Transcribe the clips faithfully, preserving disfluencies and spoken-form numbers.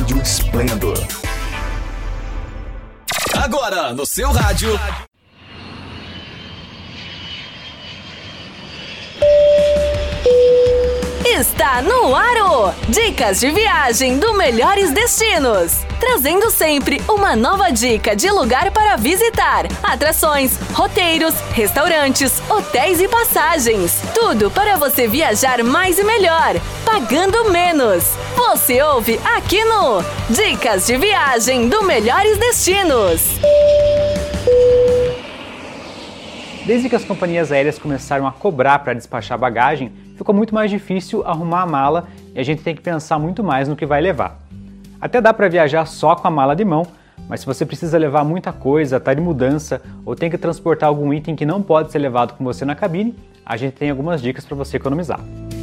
Rádio Esplendor. Agora no seu rádio. Está no ar o Dicas de Viagem do Melhores Destinos, trazendo sempre uma nova dica de lugar para visitar, atrações, roteiros, restaurantes, hotéis e passagens. Tudo para você viajar mais e melhor, pagando menos. Você ouve aqui no Dicas de Viagem do Melhores Destinos. Desde que as companhias aéreas começaram a cobrar para despachar bagagem, ficou muito mais difícil arrumar a mala e a gente tem que pensar muito mais no que vai levar. Até dá para viajar só com a mala de mão, mas se você precisa levar muita coisa, está de mudança ou tem que transportar algum item que não pode ser levado com você na cabine, a gente tem algumas dicas para você economizar.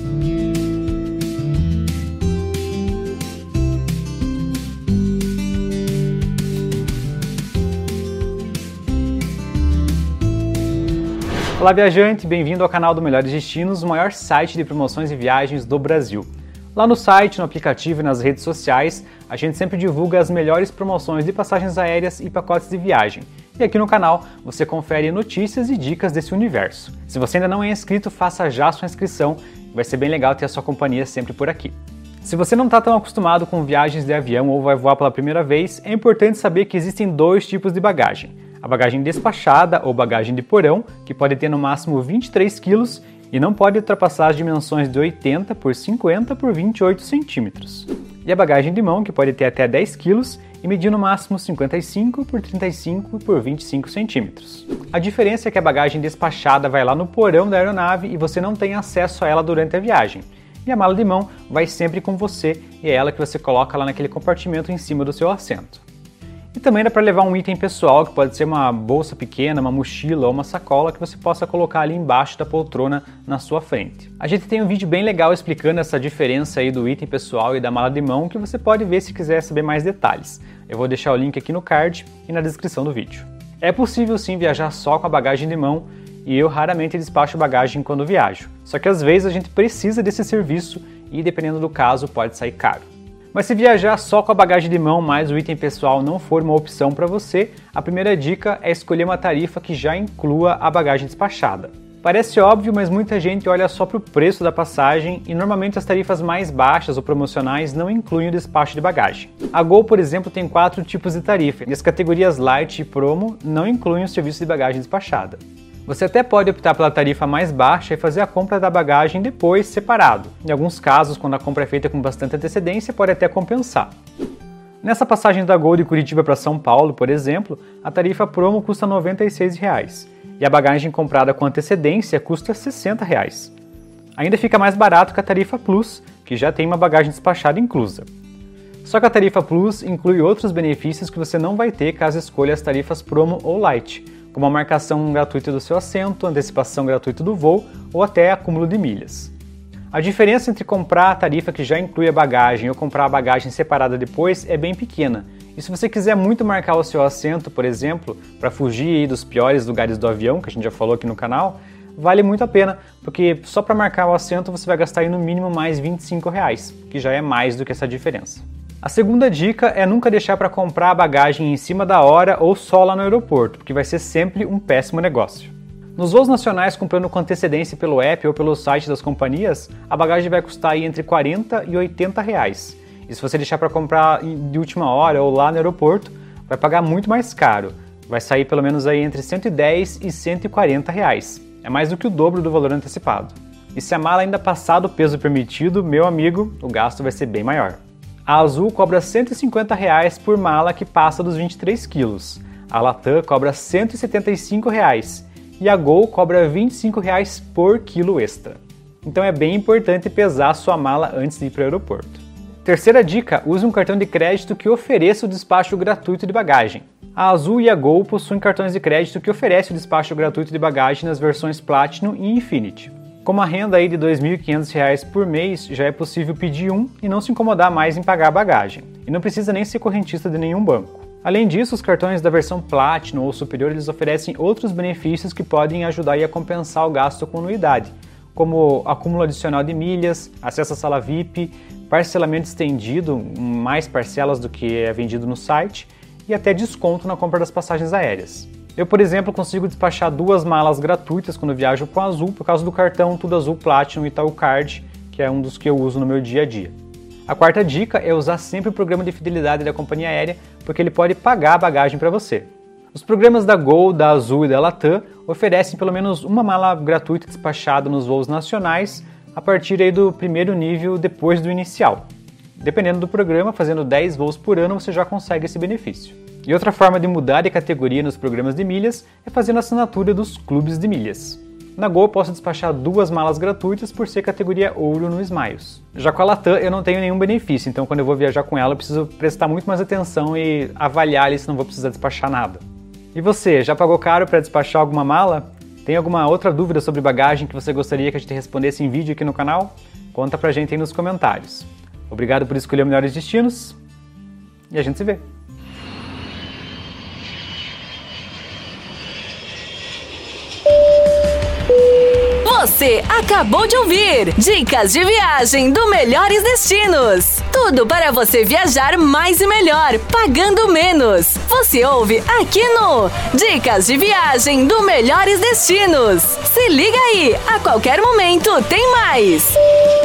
Olá viajante, bem-vindo ao canal do Melhores Destinos, o maior site de promoções e viagens do Brasil. Lá no site, no aplicativo e nas redes sociais, a gente sempre divulga as melhores promoções de passagens aéreas e pacotes de viagem. E aqui no canal você confere notícias e dicas desse universo. Se você ainda não é inscrito, faça já sua inscrição, vai ser bem legal ter a sua companhia sempre por aqui. Se você não está tão acostumado com viagens de avião ou vai voar pela primeira vez, é importante saber que existem dois tipos de bagagem. A bagagem despachada ou bagagem de porão, que pode ter no máximo vinte e três quilos e não pode ultrapassar as dimensões de oitenta por cinquenta por vinte e oito centímetros. E a bagagem de mão, que pode ter até dez quilos e medir no máximo cinquenta e cinco por trinta e cinco por vinte e cinco centímetros. A diferença é que a bagagem despachada vai lá no porão da aeronave e você não tem acesso a ela durante a viagem. E a mala de mão vai sempre com você e é ela que você coloca lá naquele compartimento em cima do seu assento. E também dá para levar um item pessoal, que pode ser uma bolsa pequena, uma mochila ou uma sacola que você possa colocar ali embaixo da poltrona na sua frente. A gente tem um vídeo bem legal explicando essa diferença aí do item pessoal e da mala de mão que você pode ver se quiser saber mais detalhes. Eu vou deixar o link aqui no card e na descrição do vídeo. É possível sim viajar só com a bagagem de mão e eu raramente despacho bagagem quando viajo. Só que às vezes a gente precisa desse serviço e dependendo do caso pode sair caro. Mas se viajar só com a bagagem de mão mais o item pessoal não for uma opção para você, a primeira dica é escolher uma tarifa que já inclua a bagagem despachada. Parece óbvio, mas muita gente olha só para o preço da passagem e normalmente as tarifas mais baixas ou promocionais não incluem o despacho de bagagem. A Gol, por exemplo, tem quatro tipos de tarifa e as categorias Light e Promo não incluem o serviço de bagagem despachada. Você até pode optar pela tarifa mais baixa e fazer a compra da bagagem depois separado. Em alguns casos, quando a compra é feita com bastante antecedência, pode até compensar. Nessa passagem da Gol de Curitiba para São Paulo, por exemplo, a tarifa promo custa noventa e seis reais e a bagagem comprada com antecedência custa sessenta reais. Ainda fica mais barato que a tarifa Plus, que já tem uma bagagem despachada inclusa. Só que a tarifa Plus inclui outros benefícios que você não vai ter caso escolha as tarifas Promo ou Light, como a marcação gratuita do seu assento, antecipação gratuita do voo ou até acúmulo de milhas. A diferença entre comprar a tarifa que já inclui a bagagem ou comprar a bagagem separada depois é bem pequena. E se você quiser muito marcar o seu assento, por exemplo, para fugir aí dos piores lugares do avião, que a gente já falou aqui no canal, vale muito a pena, porque só para marcar o assento você vai gastar aí no mínimo mais vinte e cinco reais, que já é mais do que essa diferença. A segunda dica é nunca deixar para comprar a bagagem em cima da hora ou só lá no aeroporto, porque vai ser sempre um péssimo negócio. Nos voos nacionais, comprando com antecedência pelo app ou pelo site das companhias, a bagagem vai custar aí entre quarenta e oitenta reais. E se você deixar para comprar de última hora ou lá no aeroporto, vai pagar muito mais caro. Vai sair pelo menos aí entre cento e dez e cento e quarenta reais. É mais do que o dobro do valor antecipado. E se a mala ainda passar do peso permitido, meu amigo, o gasto vai ser bem maior. A Azul cobra cento e cinquenta reais por mala que passa dos vinte e três quilos. A Latam cobra cento e setenta e cinco reais e a Gol cobra vinte e cinco reais por quilo extra. Então é bem importante pesar sua mala antes de ir para o aeroporto. Terceira dica, use um cartão de crédito que ofereça o despacho gratuito de bagagem. A Azul e a Gol possuem cartões de crédito que oferecem o despacho gratuito de bagagem nas versões Platinum e Infinity. Com uma renda aí de dois mil e quinhentos reais por mês, já é possível pedir um e não se incomodar mais em pagar a bagagem. E não precisa nem ser correntista de nenhum banco. Além disso, os cartões da versão Platinum ou superior eles oferecem outros benefícios que podem ajudar a compensar o gasto com anuidade, como acúmulo adicional de milhas, acesso à sala V I P, parcelamento estendido, mais parcelas do que é vendido no site, e até desconto na compra das passagens aéreas. Eu, por exemplo, consigo despachar duas malas gratuitas quando viajo com a Azul, por causa do cartão Tudo Azul Platinum Itaú Card, que é um dos que eu uso no meu dia a dia. A quarta dica é usar sempre o programa de fidelidade da companhia aérea, porque ele pode pagar a bagagem para você. Os programas da Gol, da Azul e da Latam oferecem pelo menos uma mala gratuita despachada nos voos nacionais a partir aí do primeiro nível depois do inicial. Dependendo do programa, fazendo dez voos por ano você já consegue esse benefício. E outra forma de mudar de categoria nos programas de milhas é fazendo a assinatura dos clubes de milhas. Na Gol eu posso despachar duas malas gratuitas por ser categoria Ouro no Smiles. Já com a Latam eu não tenho nenhum benefício, então quando eu vou viajar com ela eu preciso prestar muito mais atenção e avaliar ali se não vou precisar despachar nada. E você, já pagou caro para despachar alguma mala? Tem alguma outra dúvida sobre bagagem que você gostaria que a gente respondesse em vídeo aqui no canal? Conta pra gente aí nos comentários. Obrigado por escolher Melhores Destinos e a gente se vê! Você acabou de ouvir Dicas de Viagem do Melhores Destinos. Tudo para você viajar mais e melhor, pagando menos. Você ouve aqui no Dicas de Viagem do Melhores Destinos. Se liga aí, a qualquer momento tem mais.